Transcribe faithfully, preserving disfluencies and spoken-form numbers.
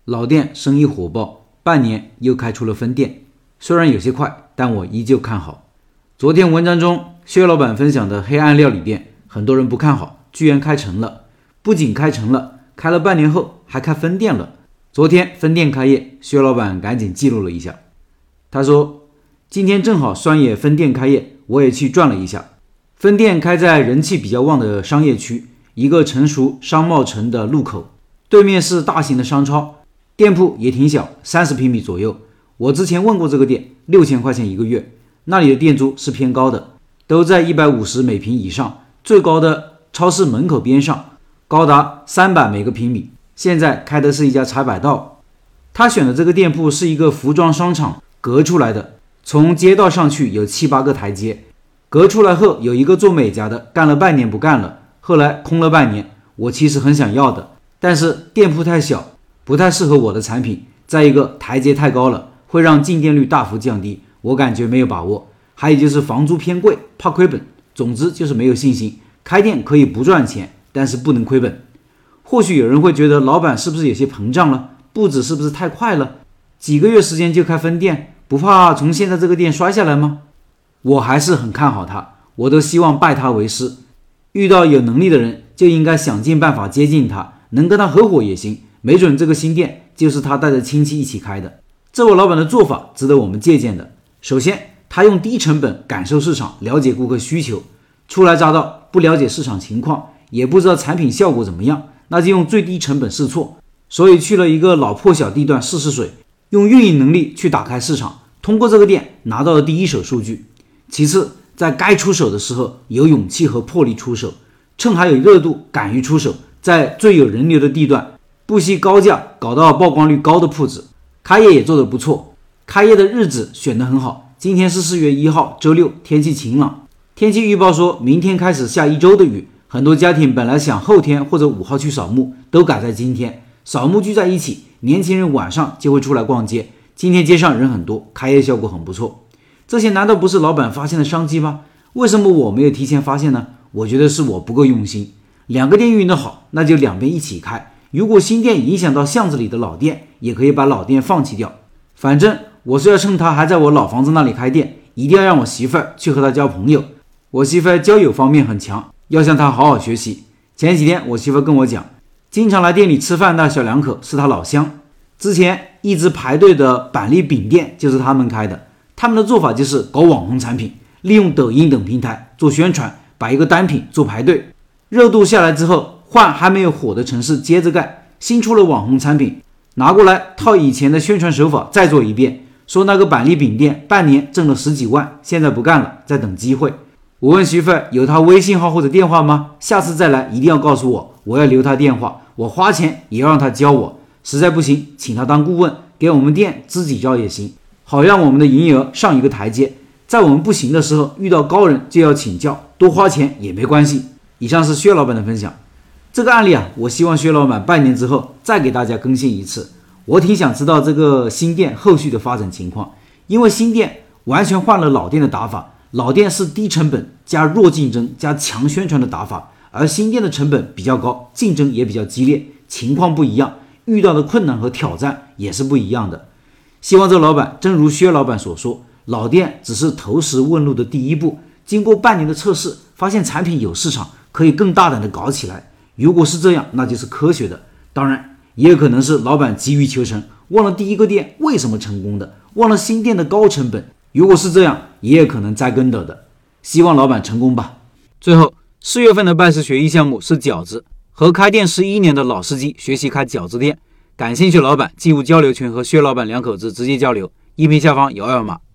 老店生意火爆，半年又开出了分店，虽然有些快，但我依旧看好。昨天文章中薛老板分享的黑暗料理店，很多人不看好，居然开成了，不仅开成了，开了半年后还开分店了。昨天分店开业，薛老板赶紧记录了一下，他说今天正好酸野分店开业，我也去转了一下。分店开在人气比较旺的商业区，一个成熟商贸城的路口，对面是大型的商超，店铺也挺小，三十平米左右。我之前问过这个店，六千块钱一个月，那里的店租是偏高的，都在一百五十每平以上，最高的超市门口边上高达三百每个平米。现在开的是一家茶百道，他选的这个店铺是一个服装商场隔出来的，从街道上去有七八个台阶，隔出来后有一个做美甲的，干了半年不干了，后来空了半年，我其实很想要的，但是店铺太小，不太适合我的产品，再一个台阶太高了，会让进店率大幅降低，我感觉没有把握，还有就是房租偏贵，怕亏本，总之就是没有信心。开店可以不赚钱，但是不能亏本。或许有人会觉得老板是不是有些膨胀了，步子是不是太快了，几个月时间就开分店，不怕从现在这个店摔下来吗？我还是很看好他，我都希望拜他为师，遇到有能力的人就应该想尽办法接近他，能跟他合伙也行，没准这个新店就是他带着亲戚一起开的。这位老板的做法值得我们借鉴的。首先，他用低成本感受市场，了解顾客需求，初来乍到，不了解市场情况，也不知道产品效果怎么样，那就用最低成本试错，所以去了一个老破小地段试试水，用运营能力去打开市场，通过这个店拿到了第一手数据。其次，在该出手的时候有勇气和魄力出手，趁还有热度敢于出手，在最有人流的地段不惜高价搞到曝光率高的铺子。开业也做得不错，开业的日子选得很好，今天是四月一号周六，天气晴朗，天气预报说明天开始下一周的雨，很多家庭本来想后天或者五号去扫墓，都改在今天，扫墓聚在一起，年轻人晚上就会出来逛街，今天街上人很多，开业效果很不错。这些难道不是老板发现的商机吗？为什么我没有提前发现呢？我觉得是我不够用心。两个店运营的好，那就两边一起开，如果新店影响到巷子里的老店，也可以把老店放弃掉。反正我是要趁他还在我老房子那里开店，一定要让我媳妇儿去和他交朋友。我媳妇儿交友方面很强，要向他好好学习。前几天我媳妇跟我讲，经常来店里吃饭的小两口是他老乡，之前一直排队的板栗饼店就是他们开的。他们的做法就是搞网红产品，利用抖音等平台做宣传，把一个单品做排队，热度下来之后，换还没有火的城市接着干，新出了网红产品，拿过来套以前的宣传手法再做一遍，说那个板栗饼店半年挣了十几万，现在不干了，在等机会。我问媳妇儿有他微信号或者电话吗？下次再来一定要告诉我，我要留他电话，我花钱也要让他教我，实在不行请他当顾问，给我们店支几招也行，好让我们的营业额上一个台阶，在我们不行的时候遇到高人就要请教，多花钱也没关系。以上是薛老板的分享。这个案例啊，我希望薛老板半年之后再给大家更新一次。我挺想知道这个新店后续的发展情况，因为新店完全换了老店的打法，老店是低成本加弱竞争加强宣传的打法，而新店的成本比较高，竞争也比较激烈，情况不一样，遇到的困难和挑战也是不一样的。希望这个老板正如薛老板所说，老店只是投石问路的第一步，经过半年的测试，发现产品有市场，可以更大胆的搞起来。如果是这样，那就是科学的。当然也有可能是老板急于求成，忘了第一个店为什么成功的，忘了新店的高成本。如果是这样，也有可能栽跟斗的。希望老板成功吧。最后，四月份的拜师学艺项目是饺子，和开店十一年的老司机学习开饺子店。感兴趣老板进入交流群和薛老板两口子直接交流，音频下方有二维码。